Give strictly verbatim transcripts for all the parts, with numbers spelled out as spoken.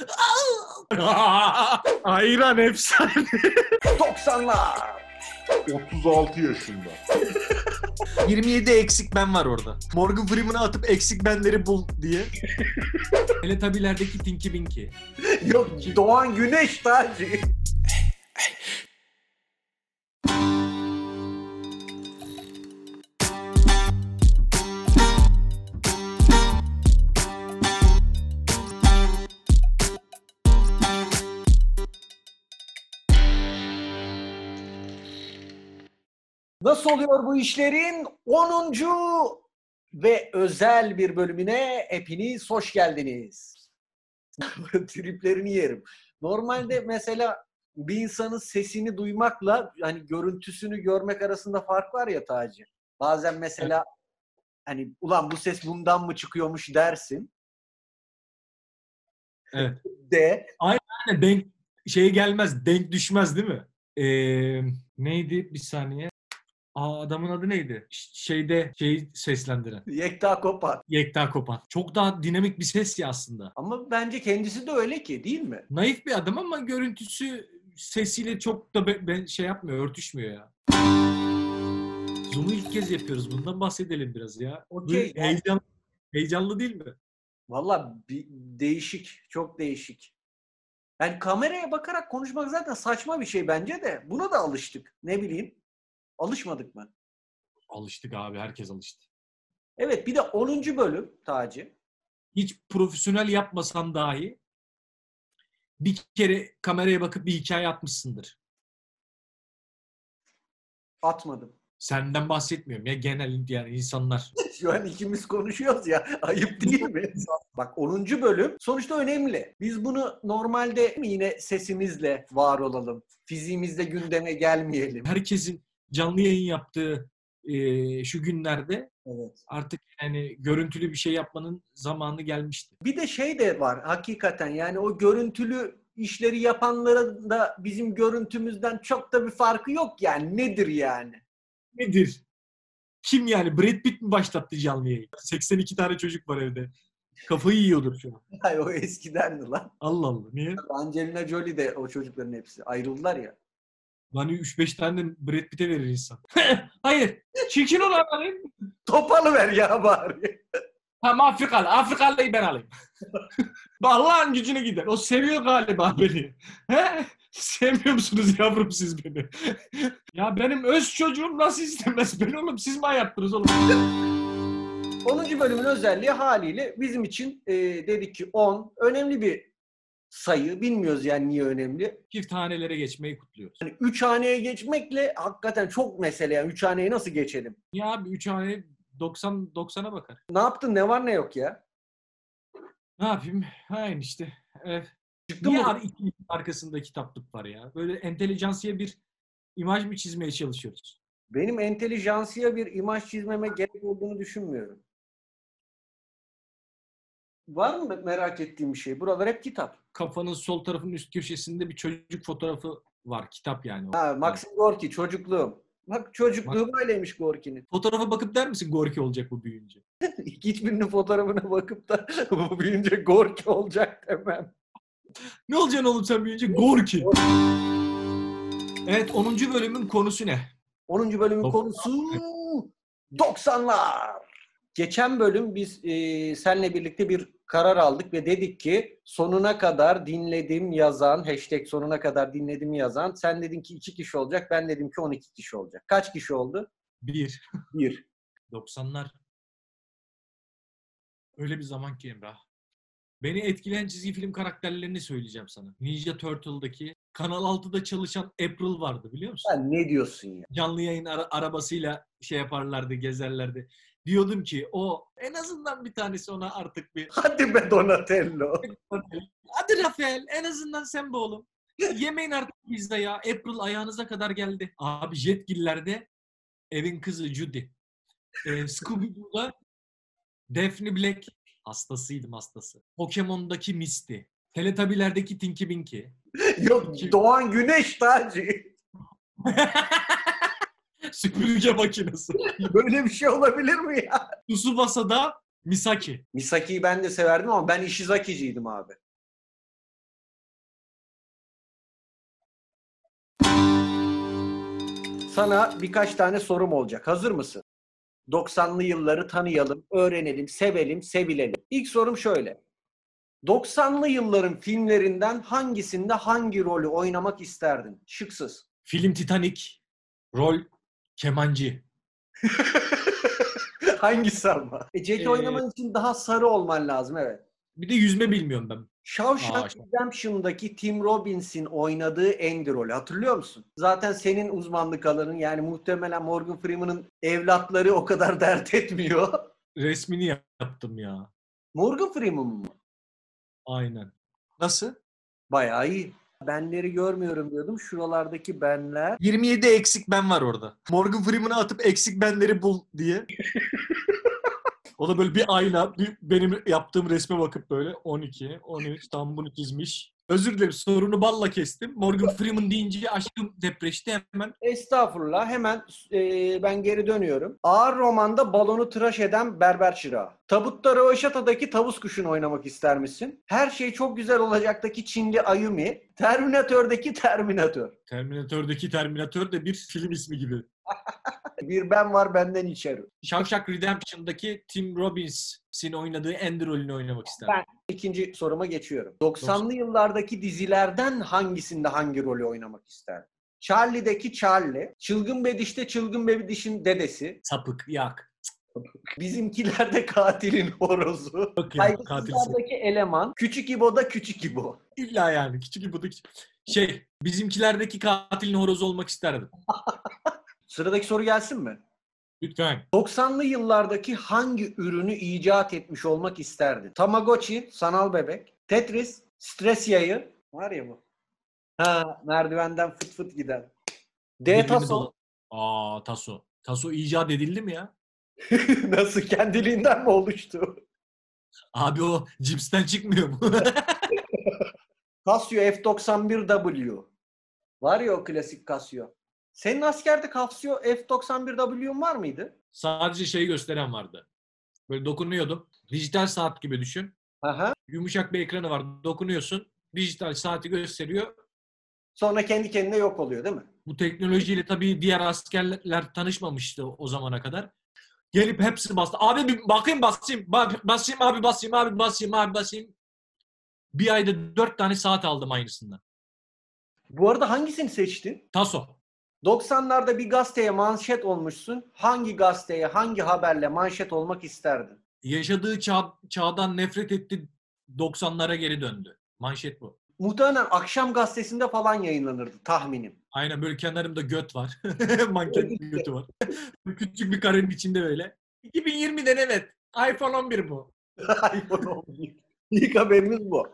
Ayran efsane. doksanlar. otuz altı yaşında. yirmi yedi eksik ben var orada. Morgan Freeman'a atıp eksik benleri bul diye. Teletubby'lerdeki Tinky Winky. Yok, Doğan Güneş Taci. Nasıl oluyor bu işlerin onuncu ve özel bir bölümüne hepiniz hoş geldiniz. Triplerini yerim. Normalde mesela bir insanın sesini duymakla hani görüntüsünü görmek arasında fark var ya Taci. Bazen mesela hani ulan bu ses bundan mı çıkıyormuş dersin. Evet. De. Aynen denk şey gelmez, denk düşmez değil mi? Ee, neydi? Bir saniye. Aa, adamın adı neydi? Ş- Şeyde şeyi seslendiren. Yekta Kopan. Yekta Kopan. Çok daha dinamik bir ses ya aslında. Ama bence kendisi de öyle ki değil mi? Naif bir adam ama görüntüsü sesiyle çok da be- be- şey yapmıyor, örtüşmüyor ya. Zoom'u ilk kez yapıyoruz. Bundan bahsedelim biraz ya. Okey, Böyle yani- heyecan, heyecanlı değil mi? Valla bir değişik, çok değişik. Yani kameraya bakarak konuşmak zaten saçma bir şey bence de. Buna da alıştık. Ne bileyim. Alışmadık mı? Alıştık abi. Herkes alıştı. Evet, bir de onuncu bölüm Taci. Hiç profesyonel yapmasan dahi bir kere kameraya bakıp bir hikaye atmışsındır. Atmadım. Senden bahsetmiyorum ya, genel yani insanlar. Şu an ikimiz konuşuyoruz ya. Ayıp değil mi? Bak onuncu bölüm sonuçta önemli. Biz bunu normalde yine sesimizle var olalım. Fiziğimizle gündeme gelmeyelim. Herkesin canlı yayın yaptığı e, şu günlerde Evet. artık yani görüntülü bir şey yapmanın zamanı gelmişti. Bir de şey de var hakikaten, yani o görüntülü işleri yapanların da bizim görüntümüzden çok da bir farkı yok yani. Nedir yani? Nedir? Kim yani? Brad Pitt mi başlattı canlı yayın? seksen iki tane çocuk var evde. Kafayı yiyordur şu an. Ay o eskidendi lan. Allah Allah. Niye? Angelina Jolie de o çocukların hepsi. Ayrıldılar ya. Lan üç beş tane de Brad Pitt'e verir insan. Hayır. Çirkin olan alayım. Topalı ver ya bari. Tamam, Afrikalı. Afrikalıyı ben alayım. Allah'ın gücüne gider. O seviyor galiba beni. He? Sevmiyor musunuz yavrum siz beni? Ya benim öz çocuğum nasıl istemez beni oğlum? Siz mi ayarttınız oğlum? onuncu bölümün özelliği haliyle bizim için e, dedik ki on önemli bir sayı. Bilmiyoruz yani niye önemli. Çift hanelere geçmeyi kutluyoruz. Yani üç haneye geçmekle hakikaten çok mesele. Yani üç haneyi nasıl geçelim? Ya abi üç hane doksan doksana bakar. Ne yaptın? Ne var ne yok ya? Ne yapayım? Aynı işte. Evet. Çıktı Niye mı? ar- iki arkasında kitaplık var ya? Böyle entelijansiye bir imaj mı çizmeye çalışıyoruz? Benim entelijansiye bir imaj çizmeme gerek olduğunu düşünmüyorum. Var mı merak ettiğim bir şey? Buralar hep kitap. Kafanın sol tarafının üst köşesinde bir çocuk fotoğrafı var. Kitap yani o. Ha, Maxim Gorki, çocukluğum. Bak çocukluğu böyleymiş Gorki'nin. Fotoğrafa bakıp der misin Gorki olacak bu büyüyünce? Hiçbirinin fotoğrafına bakıp da bu büyüyünce Gorki olacak demem. Ne olacaksın oğlum sen büyüyünce? Gorki. Evet, onuncu bölümün konusu ne? onuncu bölümün Doksan. konusu doksanlar. Geçen bölüm biz e, seninle birlikte bir karar aldık ve dedik ki sonuna kadar dinledim yazan, hashtag sonuna kadar dinledim yazan. Sen dedin ki iki kişi olacak, ben dedim ki on iki kişi olacak. Kaç kişi oldu? Bir. Bir. doksanlar. Öyle bir zaman ki Emrah. Beni etkileyen çizgi film karakterlerini söyleyeceğim sana. Ninja Turtle'daki Kanal altıda çalışan April vardı, biliyor musun? Sen ne diyorsun ya? Canlı yayın ara- arabasıyla şey yaparlardı, gezerlerdi. Diyordum ki o en azından bir tanesi ona artık bir... Hadi be Donatello. Hadi Rafael, en azından sen be oğlum. Yemeyin artık pizza ya. April ayağınıza kadar geldi. Abi Jetgiller'de evin kızı Judy. Ee, Scooby-Doo'da Daphne Black. Hastasıydım hastası. Pokemon'daki Misty. Teletubby'lerdeki Tinky Winky. Yok, Doğan Güneş Taci. Süpürge makinesi. Böyle bir şey olabilir mi ya? Tsubasa'da Misaki. Misaki'yi ben de severdim ama ben Ishizaki'ciydim abi. Sana birkaç tane sorum olacak. Hazır mısın? doksanlı yılları tanıyalım, öğrenelim, sevelim, sevilelim. İlk sorum şöyle. doksanlı yılların filmlerinden hangisinde hangi rolü oynamak isterdin? Şıksız. Film Titanic. Rol kemancı. Hangisi ama? E, Jack Ee, oynaman için daha sarı olman lazım, evet. Bir de yüzme bilmiyorum ben. Shawshank Aa, işte. Redemption'daki Tim Robbins'in oynadığı Andy rolü hatırlıyor musun? Zaten senin uzmanlık alanın, yani muhtemelen Morgan Freeman'ın evlatları o kadar dert etmiyor. Resmini yaptım ya. Morgan Freeman mı? Aynen. Nasıl? Bayağı iyi. Benleri görmüyorum diyordum. Şuralardaki benler. yirmi yedi eksik ben var orada. Morgan Freeman'a atıp eksik benleri bul diye. O da böyle bir ayna, bir benim yaptığım resme bakıp böyle on iki, on üç tam bunu çizmiş. Özür dilerim, sorunu balla kestim. Morgan Freeman deyince aşkım depreşti hemen. Estağfurullah. Hemen e, ben geri dönüyorum. Ağır romanda balonu tıraş eden berber çırağı. Tabutta Röveşata'daki tavus kuşunu oynamak ister misin? Her şey çok güzel olacaktaki Çinli Ayumi. Terminatör'deki Terminatör. Terminator'daki Terminator de bir film ismi gibi. Bir ben var benden içeri. Shawshank Redemption'daki Tim Robbins'in oynadığı Andy rolünü oynamak isterdim. Ben ikinci soruma geçiyorum. doksanlı yıllardaki dizilerden hangisinde hangi rolü oynamak isterdin? Charlie'deki Charlie, Çılgın Bediş'te Çılgın Bediş'in dedesi, Sapık, yak. Bizimkilerde katilin horozu, Yok ya, katilsin. Kaygısızlardaki eleman, Küçük İbo'da Küçük İbo. İlla yani küçük bir budak. Şey, bizimkilerdeki katilin horozu olmak isterdim. Sıradaki soru gelsin mi? Lütfen. doksanlı yıllardaki hangi ürünü icat etmiş olmak isterdin? Tamagotchi, sanal bebek, Tetris, stres yayı. Var ya bu. Ha, merdivenden fıt fıt giden. D Birbirini taso. dola- Aa, taso. Taso icat edildi mi ya? Nasıl, kendiliğinden mi oluştu? Abi o cipsten çıkmıyor mu? Casio F doksan bir W. Var ya o klasik Casio. Senin askerde Casio F doksan bir W'un var mıydı? Sadece şeyi gösteren vardı. Böyle dokunuyordum. Dijital saat gibi düşün. Aha. Yumuşak bir ekranı var. Dokunuyorsun. Dijital saati gösteriyor. Sonra kendi kendine yok oluyor değil mi? Bu teknolojiyle tabii diğer askerler tanışmamıştı o zamana kadar. Gelip hepsi bastı. Abi bir bakayım basayım. Ba- Basayım abi basayım abi basayım abi basayım. Bir ayda dört tane saat aldım aynısından. Bu arada hangisini seçtin? Taso. doksanlarda bir gazeteye manşet olmuşsun. Hangi gazeteye, hangi haberle manşet olmak isterdin? Yaşadığı çağ, çağdan nefret etti. doksanlara geri döndü. Manşet bu. Muhtemelen Akşam Gazetesi'nde falan yayınlanırdı tahminim. Aynen böyle kenarımda göt var. Manken götü var. Küçük bir karenin içinde böyle. iki bin yirmiden evet. iPhone on bir bu. iPhone on bir. İlk haberimiz bu.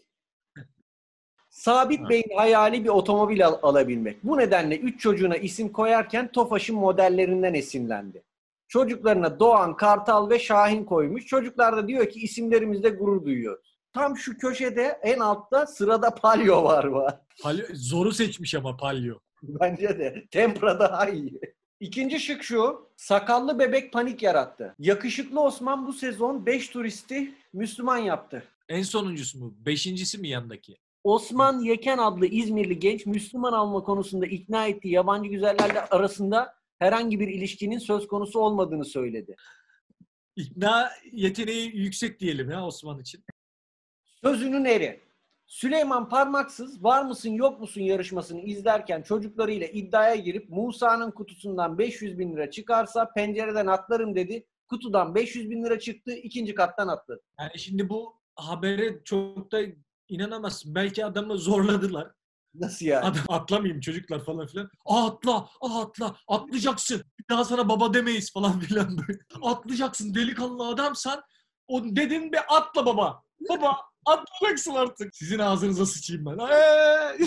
Sabit Ha. Bey'in hayali bir otomobil al- alabilmek. Bu nedenle üç çocuğuna isim koyarken Tofaş'ın modellerinden esinlendi. Çocuklarına Doğan, Kartal ve Şahin koymuş. Çocuklar da diyor ki isimlerimizle gurur duyuyoruz. Tam şu köşede en altta sırada Palio var var. Palyo, zoru seçmiş ama Palyo. Bence de. Tempra daha iyi. İkinci şık şu. Sakallı bebek panik yarattı. Yakışıklı Osman bu sezon beş turisti Müslüman yaptı. En sonuncusu mu? Beşincisi mi yandaki? Osman Yeken adlı İzmirli genç Müslüman alma konusunda ikna ettiği yabancı güzellerle arasında herhangi bir ilişkinin söz konusu olmadığını söyledi. İkna yeteneği yüksek diyelim ya Osman için. Sözünün eri. Süleyman Parmaksız var mısın yok musun yarışmasını izlerken çocuklarıyla iddiaya girip Musa'nın kutusundan beş yüz bin lira çıkarsa pencereden atlarım dedi. Kutudan beş yüz bin lira çıktı, ikinci kattan atladı. Yani şimdi bu habere çok da inanamazsın. Belki adamı zorladılar. Nasıl yani? Adam atlamayayım çocuklar falan filan. Aa, atla, aa, atla, atlayacaksın. Bir daha sana baba demeyiz falan filan böyle. Atlayacaksın delikanlı adamsan. O dedin be atla baba. Baba atlayacaksın artık. Sizin ağzınıza sıçayım ben. Eee!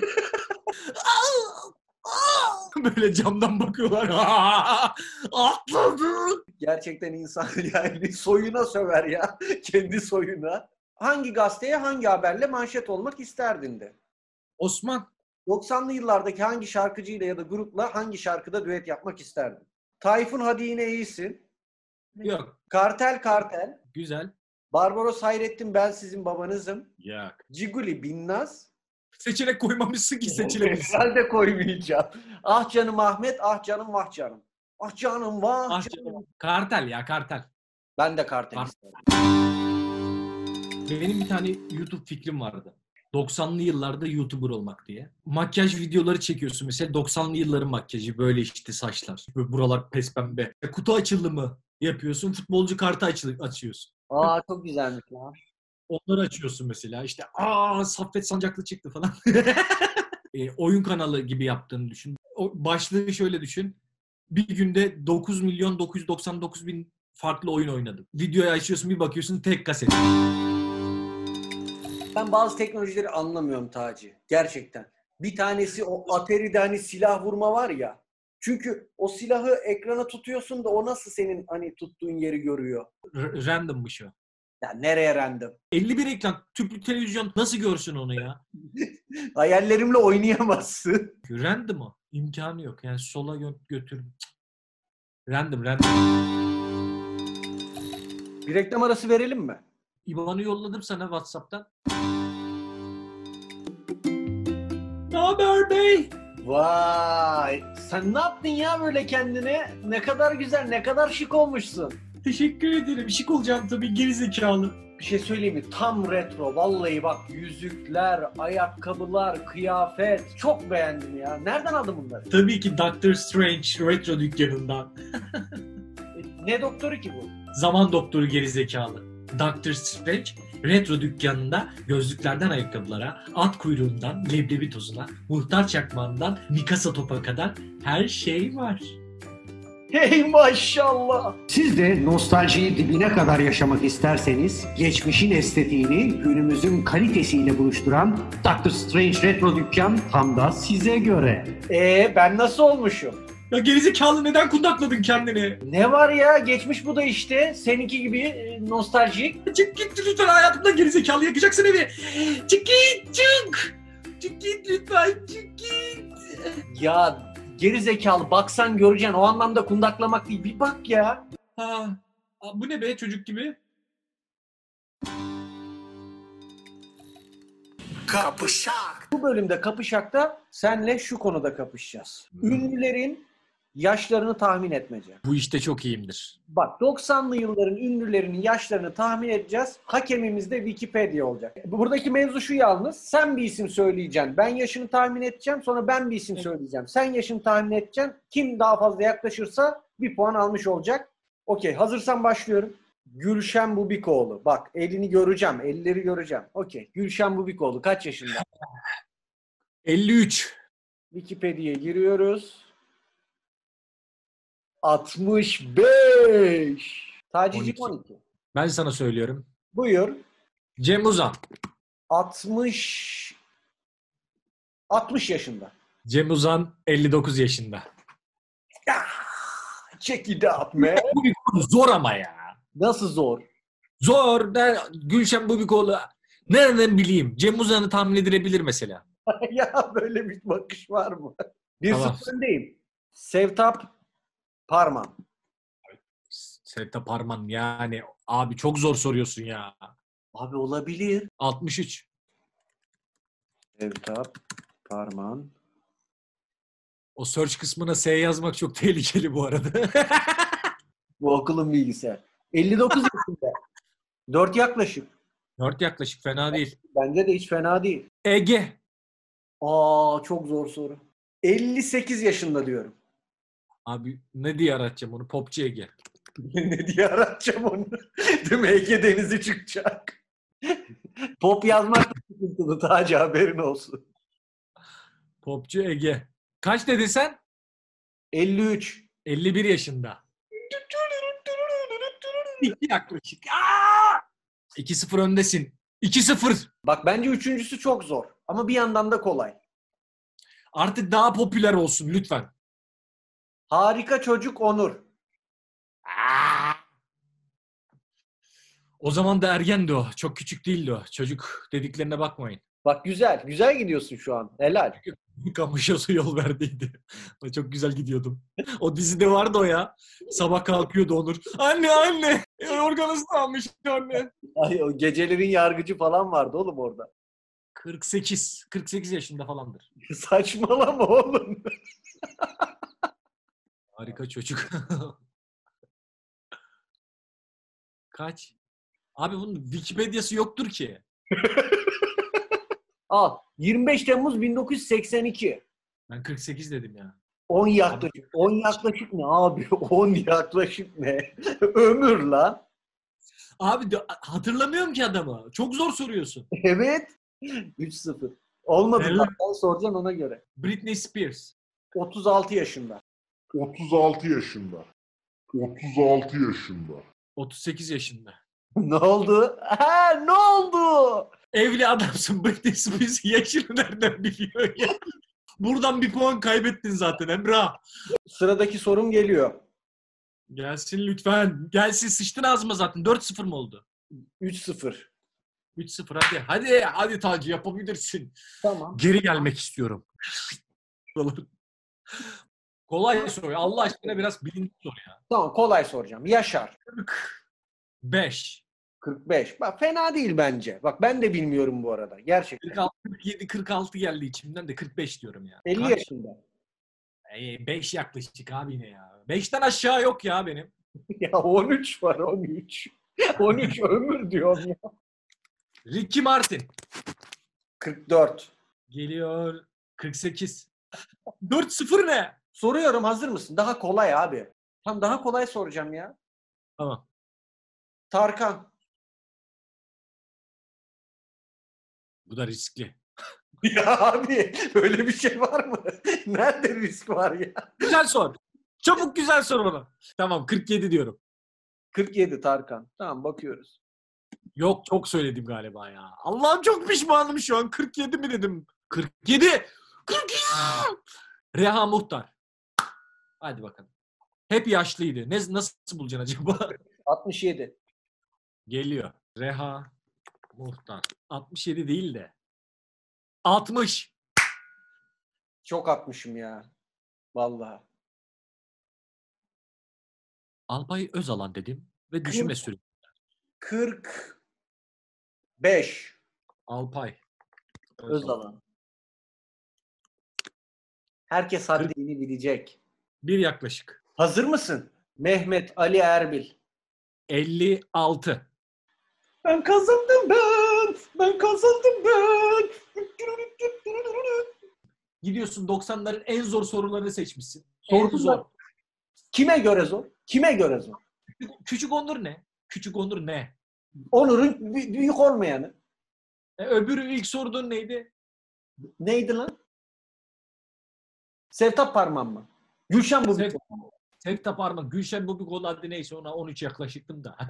Böyle camdan bakıyorlar. Atladı. Gerçekten insan yani soyuna söver ya. Kendi soyuna. Hangi gazeteye hangi haberle manşet olmak isterdin de? Osman. doksanlı yıllardaki hangi şarkıcıyla ya da grupla hangi şarkıda düet yapmak isterdin? Tayfun Hadi Yine İyisin. Yok. Kartel Kartel. Güzel. Barbaros Hayrettin Ben Sizin Babanızım. Yok. Ciguli Binnaz. Seçenek koymamışsın ki seçilebilsin. Herhalde koymayacağım. Ah canım Ahmet, ah canım vah canım. Ah canım vah Ah canım. canım. Kartel ya kartel. Ben de kartel Kart- isterim. Benim bir tane YouTube fikrim vardı. doksanlı yıllarda YouTuber olmak diye. Makyaj videoları çekiyorsun mesela doksanlı yılların makyajı böyle işte saçlar. Böyle buralar pes pembe. Kutu açılımı yapıyorsun. Futbolcu kartı açı- açıyorsun. Aa çok güzelmiş ya. Onları açıyorsun mesela. İşte aa Saffet Sancaklı çıktı falan. e, oyun kanalı gibi yaptığını düşün. O başlığı şöyle düşün. Bir günde dokuz milyon dokuz yüz doksan dokuz bin farklı oyun oynadım. Videoyu açıyorsun bir bakıyorsun tek kaset. Ben bazı teknolojileri anlamıyorum Taci. Gerçekten. Bir tanesi o Atari'de hani silah vurma var ya. Çünkü o silahı ekrana tutuyorsun da o nasıl senin hani tuttuğun yeri görüyor? R- randommış o. Ya nereye random? elli bir ekran tüplü televizyon nasıl görsün onu ya? Hayallerimle oynayamazsın. Random o. İmkanı yok. Yani sola gö- götür. Cık. Random random. Bir reklam arası verelim mi? İ B A N'ı yolladım sana WhatsApp'tan. Ne haber bey? Vay! Sen ne yaptın ya böyle kendine? Ne kadar güzel, ne kadar şık olmuşsun. Teşekkür ederim. Şık olacağım tabii gerizekalı. Bir şey söyleyeyim mi? Tam retro. Vallahi bak yüzükler, ayakkabılar, kıyafet. Çok beğendim ya. Nereden aldın bunları? Tabii ki Doctor Strange retro dükkanından. E, Ne doktoru ki bu? Zaman doktoru gerizekalı. Doctor Strange retro dükkanında gözlüklerden ayakkabılara, at kuyruğundan leblebi tozuna, muhtar çakmağından Mikasa topa kadar her şey var. Hey maşallah! Siz de nostaljiyi dibine kadar yaşamak isterseniz, geçmişin estetiğini günümüzün kalitesiyle buluşturan Doctor Strange Retro Dükkan tam da size göre. Ee ben nasıl olmuşum? Ya gerizekalı neden kundakladın kendini? Ne var ya? Geçmiş bu da işte. Seninki gibi e, nostaljik. Çık git lütfen hayatımda gerizekalı yakacaksın evi. Çık git çık. Çık git lütfen çık git. Ya geri zekalı baksan göreceksin. O anlamda kundaklamak değil. Bir bak ya. Ha, bu ne be çocuk gibi? Kapışak. Bu bölümde Kapışak'ta senle şu konuda kapışacağız. Ünlülerin yaşlarını tahmin etmece. Bu işte çok iyiyimdir. Bak doksanlı yılların ünlülerinin yaşlarını tahmin edeceğiz. Hakemimiz de Wikipedia olacak. Buradaki mevzu şu yalnız. Sen bir isim söyleyeceksin. Ben yaşını tahmin edeceğim. Sonra ben bir isim söyleyeceğim. Sen yaşını tahmin edeceksin. Kim daha fazla yaklaşırsa bir puan almış olacak. Okey. Hazırsan başlıyorum. Gülşen Bubikoğlu. Bak elini göreceğim. Elleri göreceğim. Okey. Gülşen Bubikoğlu kaç yaşında? elli üç. Wikipedia'ya giriyoruz. altmış beş. Tacicik on iki. on iki. Ben sana söylüyorum. Buyur. Cem Uzan. altmış altmış yaşında. Cem Uzan elli dokuz yaşında. Ah, check it out man. Bu bir konu zor ama ya. Nasıl zor? Zor. Der, Gülşen Bubikoğlu. Nereden bileyim? Cem Uzan'ı tahmin edilebilir mesela. Ya böyle bir bakış var mı? Bir Tamam. sıfır öndeyim. Sevtap Parman. Sevtap Parman yani. Abi çok zor soruyorsun ya. Abi olabilir. altmış üç. Sevtap Parman. O search kısmına S yazmak çok tehlikeli bu arada. Bu okulun bilgisayar. elli dokuz yaşında. dört yaklaşık. dört yaklaşık fena değil. Bence de hiç fena değil. Ege. Aa çok zor soru. elli sekiz yaşında diyorum. Abi ne diye aratacağım onu? Popçu Ege. Ne diye aratacağım onu? Değil mi? Ege Denizi çıkacak. Pop yazmak da sıkıntılı Taci haberin olsun. Popçu Ege. Kaç dedin sen? elli üç. elli bir yaşında. İki yaklaşık. Aa! iki sıfır öndesin. iki sıfır. Bak bence üçüncüsü çok zor. Ama bir yandan da kolay. Artık daha popüler olsun lütfen. Harika çocuk Onur. Aa! O zaman da ergendi o. Çok küçük değildi o. Çocuk dediklerine bakmayın. Bak güzel. Güzel gidiyorsun şu an. Helal. Kamışosu yol verdiydi. Çok güzel gidiyordum. O dizide vardı o ya. Sabah kalkıyordu Onur. Anne anne. Organızı almış anne. Ay, o gecelerin yargıcı falan vardı oğlum orada. kırk sekiz. kırk sekiz yaşında falandır. Saçmalama oğlum. Harika çocuk. Kaç? Abi bunun Wikipedia'sı yoktur ki. Al. yirmi beş Temmuz bin dokuz yüz seksen iki. Ben kırk sekiz dedim ya. on yaklaşık. on yaklaşık ne abi? on yaklaşık ne? Ömür lan. Abi de- hatırlamıyorum ki adamı. Çok zor soruyorsun. Evet. üç sıfır. Olmadı Evet. bak ben soracaksın ona göre. Britney Spears. otuz altı yaşında. otuz altı yaşında. otuz altı yaşında. otuz sekiz yaşında. Ne oldu? Ha, ne oldu? Evli adamsın. Britney Spears yaşını nereden biliyor ya? Buradan bir puan kaybettin zaten Emrah. Sıradaki sorum geliyor. Gelsin lütfen. Gelsin, sıçtın ağzıma zaten. dört sıfır mı oldu? üç sıfır. üç sıfır hadi. Hadi hadi Taci, yapabilirsin. Tamam. Geri gelmek istiyorum. Kolay soru. Allah aşkına biraz bilindik soru ya. Tamam kolay soracağım. Yaşar. kırk beş. kırk beş. Bak fena değil bence. Bak ben de bilmiyorum bu arada. Gerçekten. kırk altı, kırk yedi, kırk altı geldi içimden de kırk beş diyorum ya. elli Kaç? yaşında. beş yaklaşık abi yine ya. beşten aşağı yok ya benim. Ya on üç var on üç. on üç ömür diyorum ya. Ricky Martin. kırk dört. Geliyor kırk sekiz. dört sıfır ne? Soruyorum hazır mısın? Daha kolay abi. Tam daha kolay soracağım ya. Tamam. Tarkan. Bu da riskli. Ya abi böyle bir şey var mı? Nerede risk var ya? Güzel sor. Çabuk güzel sor bana. Tamam kırk yedi diyorum. kırk yedi Tarkan. Tamam bakıyoruz. Yok çok söyledim galiba ya. Allah'ım çok pişmanım şu an. kırk yedi mi dedim? kırk yedi. kırk yedi. Reha Muhtar. Hadi bakalım. Hep yaşlıydı. Ne, nasıl bulacaksın acaba? altmış yedi. Geliyor. Reha Muhtar. altmış yedi değil de. altmış. Çok atmışım ya. Vallahi. Alpay Özalan dedim ve düşünme sürdüm. kırk beş. Alpay Özalan. Herkes haddini bilecek. Bir yaklaşık. Hazır mısın? Mehmet Ali Erbil. elli altı. Ben kazandım ben. Ben kazandım ben. Gidiyorsun doksanların en zor sorularını seçmişsin. Sordum en zor. ben. Kime göre zor? Kime göre zor? Küçük Onur ne? Küçük Onur ne? Onur'un bü- büyük olmayanı. E, öbürü ilk sorduğun neydi? Neydi lan? Sevtap Parmağım mı? Gülşen bu. Sev- Sevtap Parmak, Gülşen Bubikoğlu adı neyse ona on üç yaklaşıktım da.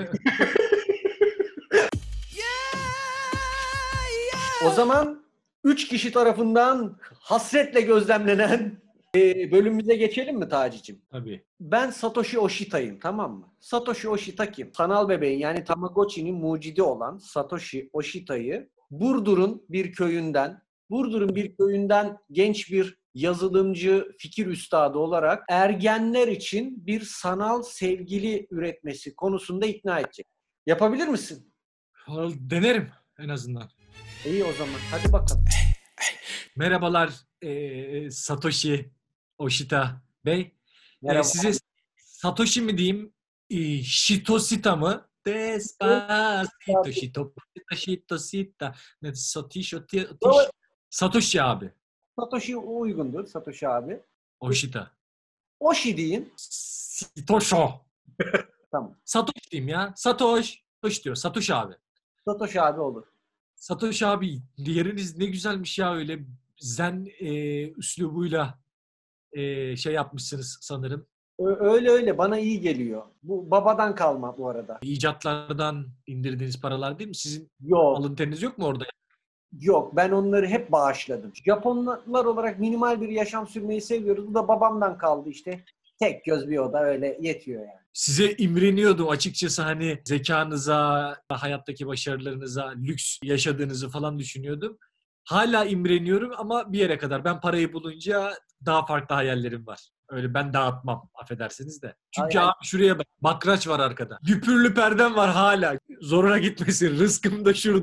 O zaman üç kişi tarafından hasretle gözlemlenen e, bölümümüze geçelim mi Taci'cim? Tabii. Ben Satoshi Oshita'yım, tamam mı? Satoshi Oshita kim? Sanal bebeğin yani Tamagotchi'nin mucidi olan Satoshi Oshita'yı Burdur'un bir köyünden, Burdur'un bir köyünden genç bir yazılımcı, fikir üstadı olarak ergenler için bir sanal sevgili üretmesi konusunda ikna edecek. Yapabilir misin? Denerim en azından. İyi o zaman. Hadi bakalım. Merhabalar e, Satoshi Oshita Bey. Merhaba. E, size Satoshi mi diyeyim? E, Shitosita mı? Despacito, Shitosita, Shitosita. Ne, Satoshi, Satoshi, Satoshi abi. Satoshi uygundur. Satoshi abi. Oshita. Oshi deyin. Sitosho. Tamam. Satoshi diyeyim ya. Satoshi. Satoshi diyor. Satoshi abi. Satoshi abi olur. Satoshi abi yeriniz ne güzelmiş ya, öyle zen e, üslubuyla e, şey yapmışsınız sanırım. Ö- Öyle öyle. Bana iyi geliyor. Bu babadan kalma bu arada. İcatlardan indirdiğiniz paralar değil mi? Sizin Yok. alın teriniz yok mu orada? Yok. Ben onları hep bağışladım. Japonlar olarak minimal bir yaşam sürmeyi seviyoruz. Bu da babamdan kaldı işte. Tek göz bir oda öyle yetiyor yani. Size imreniyordum açıkçası, hani zekanıza, hayattaki başarılarınıza, lüks yaşadığınızı falan düşünüyordum. Hala imreniyorum ama bir yere kadar. Ben parayı bulunca daha farklı hayallerim var. Öyle ben dağıtmam, affedersiniz de. Çünkü Aynen. abi şuraya bak. Bakraç var arkada. Güpürlü perdem var hala. Zoruna gitmesin. Rızkım da şurada.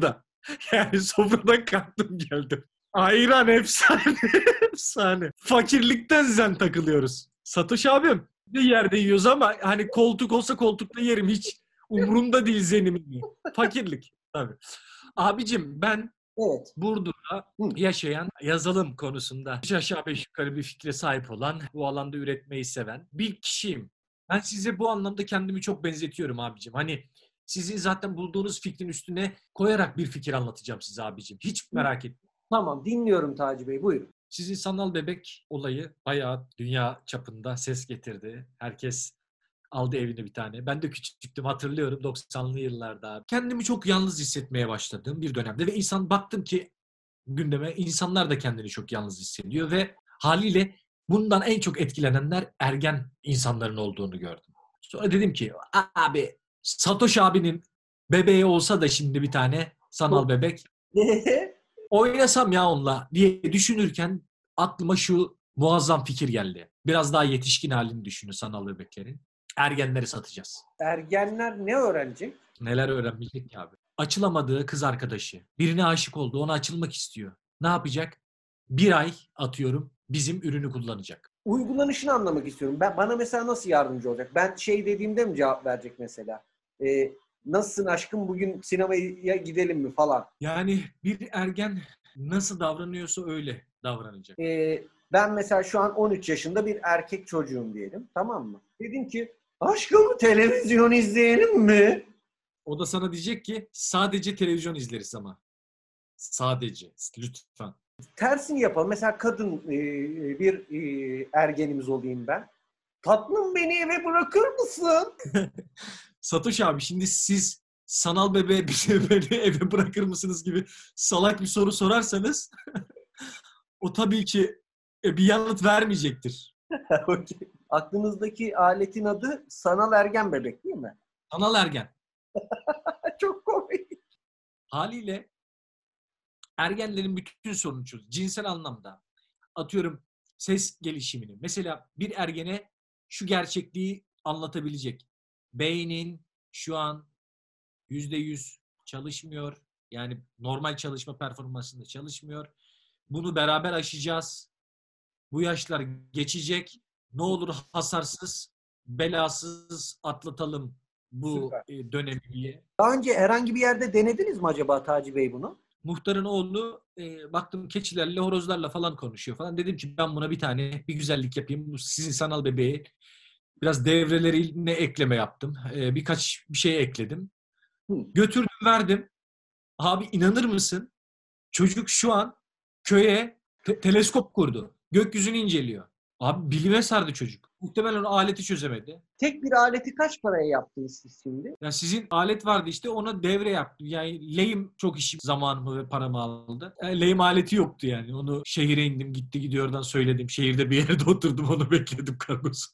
Yani sofradan kalktım geldim. Ayran efsane. Efsane. Fakirlikten zen takılıyoruz. Satoş abim bir yerde yiyoruz ama hani koltuk olsa koltukta yerim. Hiç umurumda değil zenimin. Fakirlik. Tabii. Abicim ben Evet. Burdur'da Hı. yaşayan, yazılım konusunda üç aşağı beş yukarı bir fikre sahip olan, bu alanda üretmeyi seven bir kişiyim. Ben size bu anlamda kendimi çok benzetiyorum abicim. Hani sizin zaten bulduğunuz fikrin üstüne koyarak bir fikir anlatacağım size abicim. Hiç merak etmeyin. Tamam, dinliyorum Taci Bey, buyurun. Sizin sanal bebek olayı bayağı dünya çapında ses getirdi. Herkes aldı evine bir tane. Ben de küçüktüm, hatırlıyorum doksanlı yıllarda. Kendimi çok yalnız hissetmeye başladığım bir dönemde ve insan baktım ki gündeme, insanlar da kendini çok yalnız hissediyor ve haliyle bundan en çok etkilenenler ergen insanların olduğunu gördüm. Sonra dedim ki abi Satoş abinin bebeği olsa da şimdi bir tane sanal bebek oynasam ya onunla diye düşünürken aklıma şu muazzam fikir geldi. Biraz daha yetişkin halini düşünün sanal bebeklerin. Ergenleri satacağız. Ergenler ne öğrenecek? Neler öğrenmeyecek ki abi? Açılamadığı kız arkadaşı. Birine aşık oldu. Ona açılmak istiyor. Ne yapacak? Bir ay atıyorum bizim ürünü kullanacak. Uygulanışını anlamak istiyorum. Ben bana mesela nasıl yardımcı olacak? Ben şey dediğimde mi cevap verecek mesela? Ee, nasılsın aşkım, bugün sinemaya gidelim mi falan. Yani bir ergen nasıl davranıyorsa öyle davranacak. Ee, ben mesela şu an on üç yaşında bir erkek çocuğum diyelim. Tamam mı? Dedim ki aşkım televizyon izleyelim mi? O da sana diyecek ki sadece televizyon izleriz ama. Sadece. Lütfen. Tersini yapalım. Mesela kadın e, bir e, ergenimiz olayım ben. Tatlım beni eve bırakır mısın? Satoş abi şimdi siz sanal bebeğe bizi beni eve bırakır mısınız gibi salak bir soru sorarsanız o tabii ki bir yanıt vermeyecektir. Okay. Aklınızdaki aletin adı sanal ergen bebek değil mi? Sanal ergen. Çok komik. Haliyle ergenlerin bütün sorunu çözüyor. Cinsel anlamda. Atıyorum ses gelişimini. Mesela bir ergene şu gerçekliği anlatabilecek. Beynin şu an yüzde yüz çalışmıyor. Yani normal çalışma performansında çalışmıyor. Bunu beraber aşacağız. Bu yaşlar geçecek. Ne olur hasarsız, belasız atlatalım bu Süper. dönemi diye. Daha önce herhangi bir yerde denediniz mi acaba Taci Bey bunu? Muhtarın oğlu e, baktım keçilerle, horozlarla falan konuşuyor falan. Dedim ki ben buna bir tane bir güzellik yapayım. Bu sizin sanal bebeği biraz devrelerine ekleme yaptım. E, birkaç bir şey ekledim. Hı. Götürdüm verdim. Abi inanır mısın? Çocuk şu an köye te- teleskop kurdu. Gökyüzünü inceliyor. Abi bilime sardı çocuk. Muhtemelen o aleti çözemedi. Tek bir aleti kaç paraya yaptınız siz şimdi? Ya sizin alet vardı işte ona devre yaptım. Yani lehim çok işim zamanımı ve paramı aldı. Yani lehim aleti yoktu yani. Onu şehire indim gitti gidiyordan söyledim. Şehirde bir yerde oturdum onu bekledim kargosu.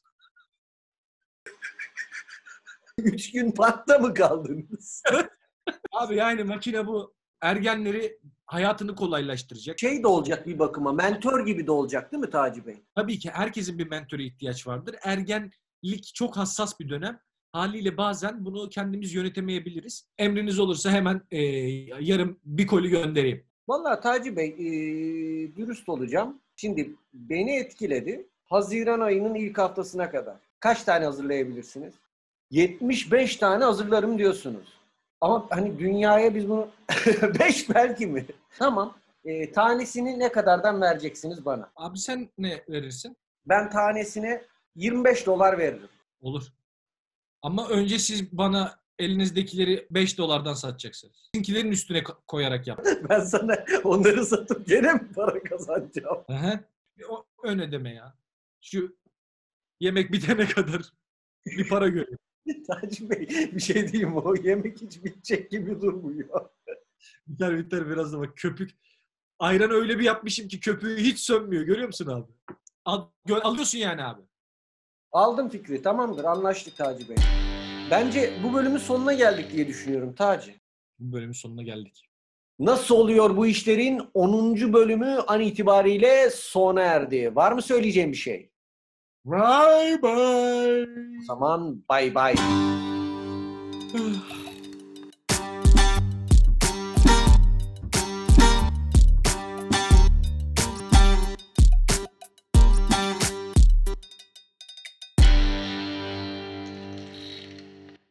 Üç gün parkta mı kaldınız? Abi yani makine bu ergenleri hayatını kolaylaştıracak. Şey de olacak bir bakıma, mentor gibi de olacak değil mi Taci Bey? Tabii ki herkesin bir mentöre ihtiyaç vardır. Ergenlik çok hassas bir dönem. Haliyle bazen bunu kendimiz yönetemeyebiliriz. Emriniz olursa hemen e, yarın bir koli göndereyim. Vallahi Taci Bey, e, dürüst olacağım. Şimdi beni etkiledi. Haziran ayının ilk haftasına kadar. Kaç tane hazırlayabilirsiniz? yetmiş beş tane hazırlarım diyorsunuz. Ama hani dünyaya biz bunu beş belki mi? Tamam. E, tanesini ne kadardan vereceksiniz bana? Abi sen ne verirsin? Ben tanesine yirmi beş dolar veririm. Olur. Ama önce siz bana elinizdekileri beş dolardan satacaksınız. Sizinkilerin üstüne ko- koyarak yap. Ben sana onları satıp gene mi para kazanacağım? Aha. O ön ödeme ya. Şu yemek bitene kadar bir para görüyorum. Taci Bey, bir şey diyeyim mi? O yemek hiç bitecek gibi durmuyor. Biter biter biraz da bak köpük. Ayran öyle bir yapmışım ki köpüğü hiç sönmüyor. Görüyor musun abi? Al, gö- alıyorsun yani abi. Aldım fikri. Tamamdır. Anlaştık Taci Bey. Bence bu bölümün sonuna geldik diye düşünüyorum Taci. Bu bölümün sonuna geldik. Nasıl oluyor bu işlerin onuncu bölümü an itibariyle sona erdi. Var mı söyleyeceğim bir şey? Bye bye. O zaman bay bay. Ah.